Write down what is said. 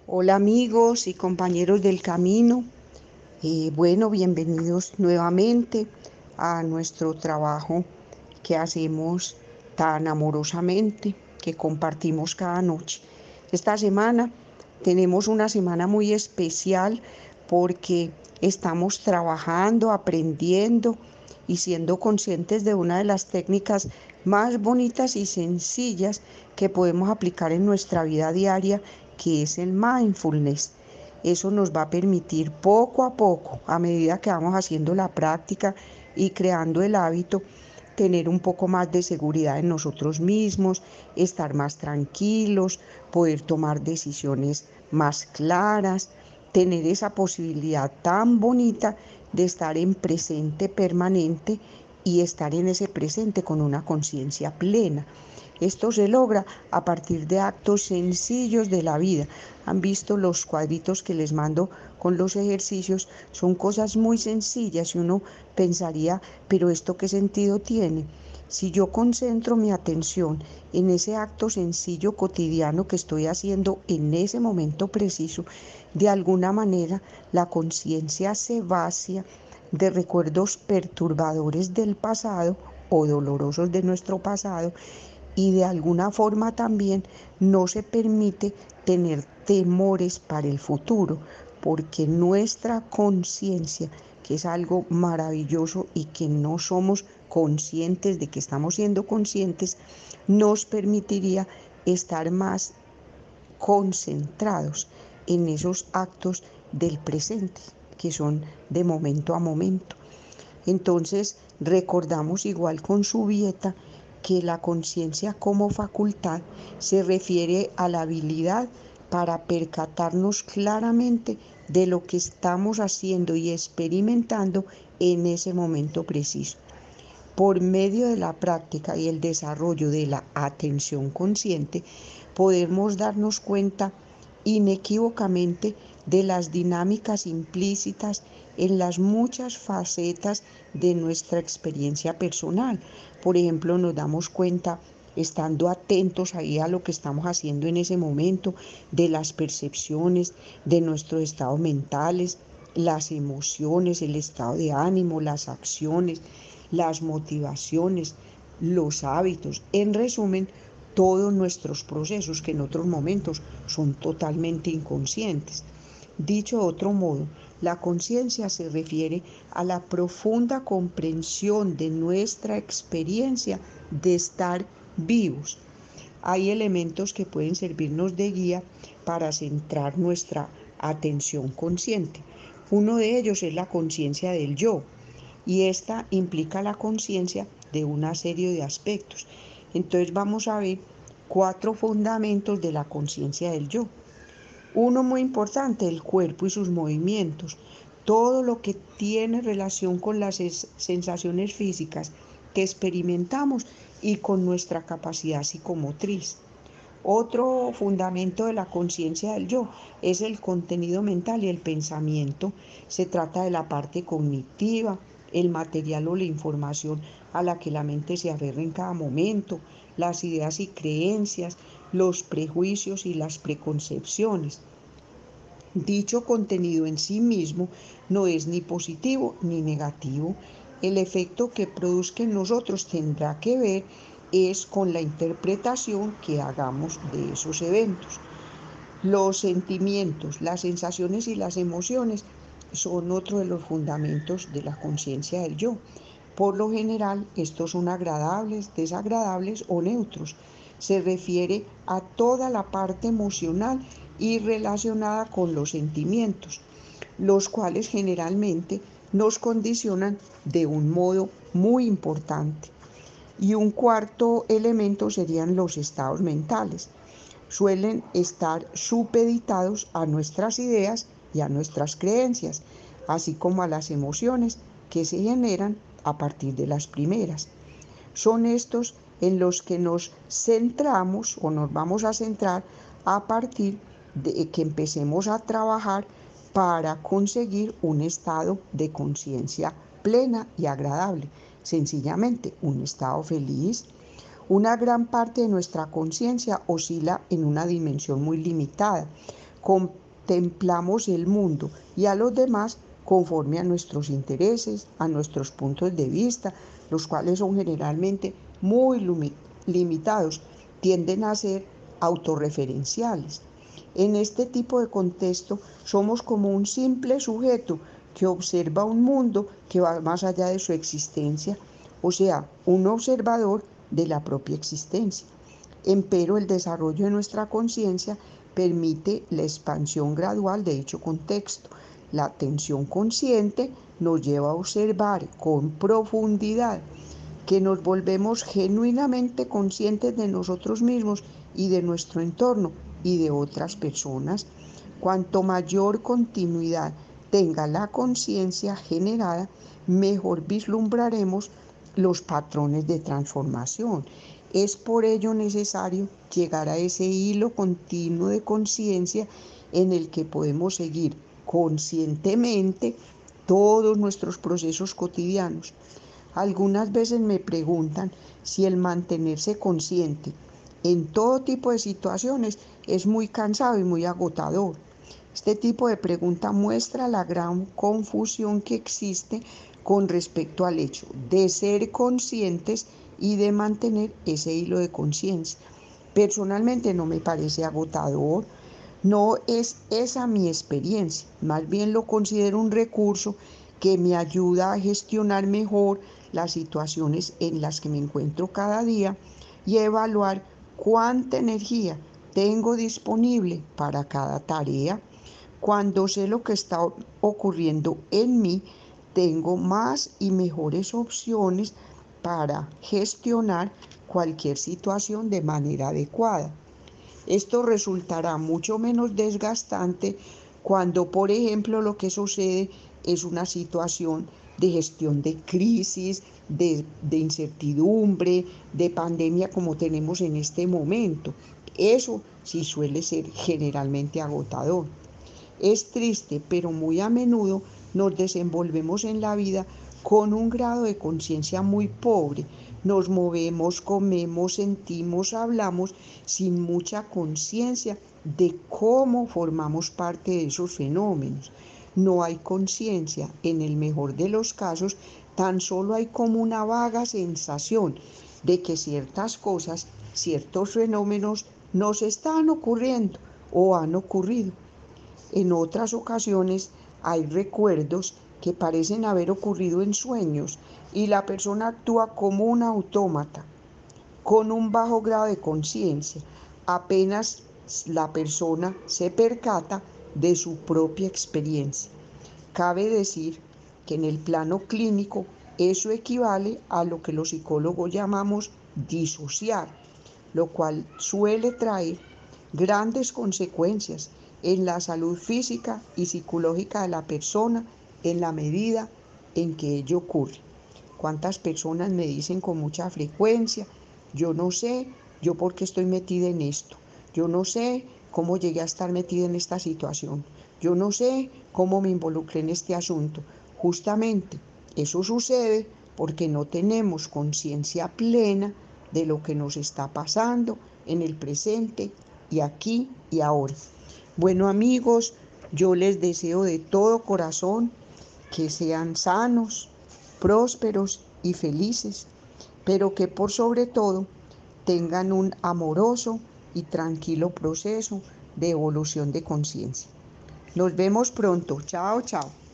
Hola amigos y compañeros del camino. Bienvenidos nuevamente a nuestro trabajo que hacemos tan amorosamente, que compartimos cada noche. Esta semana tenemos una semana muy especial porque estamos trabajando, aprendiendo y siendo conscientes de una de las técnicas más bonitas y sencillas que podemos aplicar en nuestra vida diaria, que es el mindfulness. Eso nos va a permitir poco a poco, a medida que vamos haciendo la práctica y creando el hábito, tener un poco más de seguridad en nosotros mismos, estar más tranquilos, poder tomar decisiones más claras, tener esa posibilidad tan bonita de estar en presente permanente y estar en ese presente con una conciencia plena. Esto se logra a partir de actos sencillos de la vida. Han visto los cuadritos que les mando con los ejercicios, son cosas muy sencillas y uno pensaría, pero ¿esto qué sentido tiene? Si yo concentro mi atención en ese acto sencillo cotidiano que estoy haciendo en ese momento preciso, de alguna manera la conciencia se vacía de recuerdos perturbadores del pasado o dolorosos de nuestro pasado, y de alguna forma también no se permite tener temores para el futuro, porque nuestra conciencia, que es algo maravilloso y que no somos conscientes de que estamos siendo conscientes, nos permitiría estar más concentrados en esos actos del presente, que son de momento a momento. Entonces, recordamos igual con Subieta que la conciencia como facultad se refiere a la habilidad para percatarnos claramente de lo que estamos haciendo y experimentando en ese momento preciso. Por medio de la práctica y el desarrollo de la atención consciente, podemos darnos cuenta inequívocamente de las dinámicas implícitas en las muchas facetas de nuestra experiencia personal. Por ejemplo, nos damos cuenta, estando atentos ahí a lo que estamos haciendo en ese momento, de las percepciones, de nuestros estados mentales, las emociones, el estado de ánimo, las acciones, las motivaciones, los hábitos, en resumen, todos nuestros procesos que en otros momentos son totalmente inconscientes. Dicho de otro modo, la conciencia se refiere a la profunda comprensión de nuestra experiencia de estar vivos. Hay elementos que pueden servirnos de guía para centrar nuestra atención consciente. Uno de ellos es la conciencia del yo, y esta implica la conciencia de una serie de aspectos. Entonces vamos a ver 4 fundamentos de la conciencia del yo. Uno muy importante, el cuerpo y sus movimientos. Todo lo que tiene relación con las sensaciones físicas que experimentamos y con nuestra capacidad psicomotriz. Otro fundamento de la conciencia del yo es el contenido mental y el pensamiento. Se trata de la parte cognitiva, el material o la información a la que la mente se aferra en cada momento, las ideas y creencias, los prejuicios y las preconcepciones. Dicho contenido en sí mismo no es ni positivo ni negativo. El efecto que produzca en nosotros tendrá que ver es con la interpretación que hagamos de esos eventos. Los sentimientos, las sensaciones y las emociones son otro de los fundamentos de la conciencia del yo. Por lo general, estos son agradables, desagradables o neutros. Se refiere a toda la parte emocional y relacionada con los sentimientos, los cuales generalmente nos condicionan de un modo muy importante. Y un cuarto elemento serían los estados mentales. Suelen estar supeditados a nuestras ideas y a nuestras creencias, así como a las emociones que se generan a partir de las primeras. Son estos en los que nos centramos o nos vamos a centrar a partir de que empecemos a trabajar para conseguir un estado de conciencia plena y agradable. Sencillamente, un estado feliz. Una gran parte de nuestra conciencia oscila en una dimensión muy limitada, contemplamos el mundo y a los demás conforme a nuestros intereses, a nuestros puntos de vista, los cuales son generalmente muy limitados, tienden a ser autorreferenciales. En este tipo de contexto somos como un simple sujeto que observa un mundo que va más allá de su existencia, o sea, un observador de la propia existencia. Empero el desarrollo de nuestra conciencia permite la expansión gradual de dicho contexto. La atención consciente nos lleva a observar con profundidad, que nos volvemos genuinamente conscientes de nosotros mismos y de nuestro entorno y de otras personas. Cuanto mayor continuidad tenga la conciencia generada, mejor vislumbraremos los patrones de transformación. Es por ello necesario llegar a ese hilo continuo de conciencia en el que podemos seguir conscientemente todos nuestros procesos cotidianos. Algunas veces me preguntan si el mantenerse consciente en todo tipo de situaciones es muy cansado y muy agotador. Este tipo de pregunta muestra la gran confusión que existe con respecto al hecho de ser conscientes y de mantener ese hilo de conciencia. Personalmente no me parece agotador, no es esa mi experiencia, más bien lo considero un recurso que me ayuda a gestionar mejor las situaciones en las que me encuentro cada día y a evaluar cuánta energía tengo disponible para cada tarea. Cuando sé lo que está ocurriendo en mí, tengo más y mejores opciones para gestionar cualquier situación de manera adecuada. Esto resultará mucho menos desgastante cuando, por ejemplo, lo que sucede es una situación de gestión de crisis, de incertidumbre, de pandemia como tenemos en este momento. Eso sí suele ser generalmente agotador. Es triste, pero muy a menudo nos desenvolvemos en la vida con un grado de conciencia muy pobre. Nos movemos, comemos, sentimos, hablamos sin mucha conciencia de cómo formamos parte de esos fenómenos. No hay conciencia, en el mejor de los casos, tan solo hay como una vaga sensación de que ciertas cosas, ciertos fenómenos nos están ocurriendo o han ocurrido. En otras ocasiones hay recuerdos que parecen haber ocurrido en sueños y la persona actúa como un autómata, con un bajo grado de conciencia. Apenas la persona se percata de su propia experiencia. Cabe decir que en el plano clínico eso equivale a lo que los psicólogos llamamos disociar, lo cual suele traer grandes consecuencias en la salud física y psicológica de la persona en la medida en que ello ocurre. ¿Cuántas personas me dicen con mucha frecuencia: yo no sé, yo por qué estoy metida en esto, yo no sé cómo llegué a estar metida en esta situación, yo no sé cómo me involucré en este asunto? Justamente eso sucede porque no tenemos conciencia plena de lo que nos está pasando en el presente y aquí y ahora. Bueno, amigos, yo les deseo de todo corazón que sean sanos, prósperos y felices, pero que por sobre todo tengan un amoroso y tranquilo proceso de evolución de conciencia. Nos vemos pronto. Chao, chao.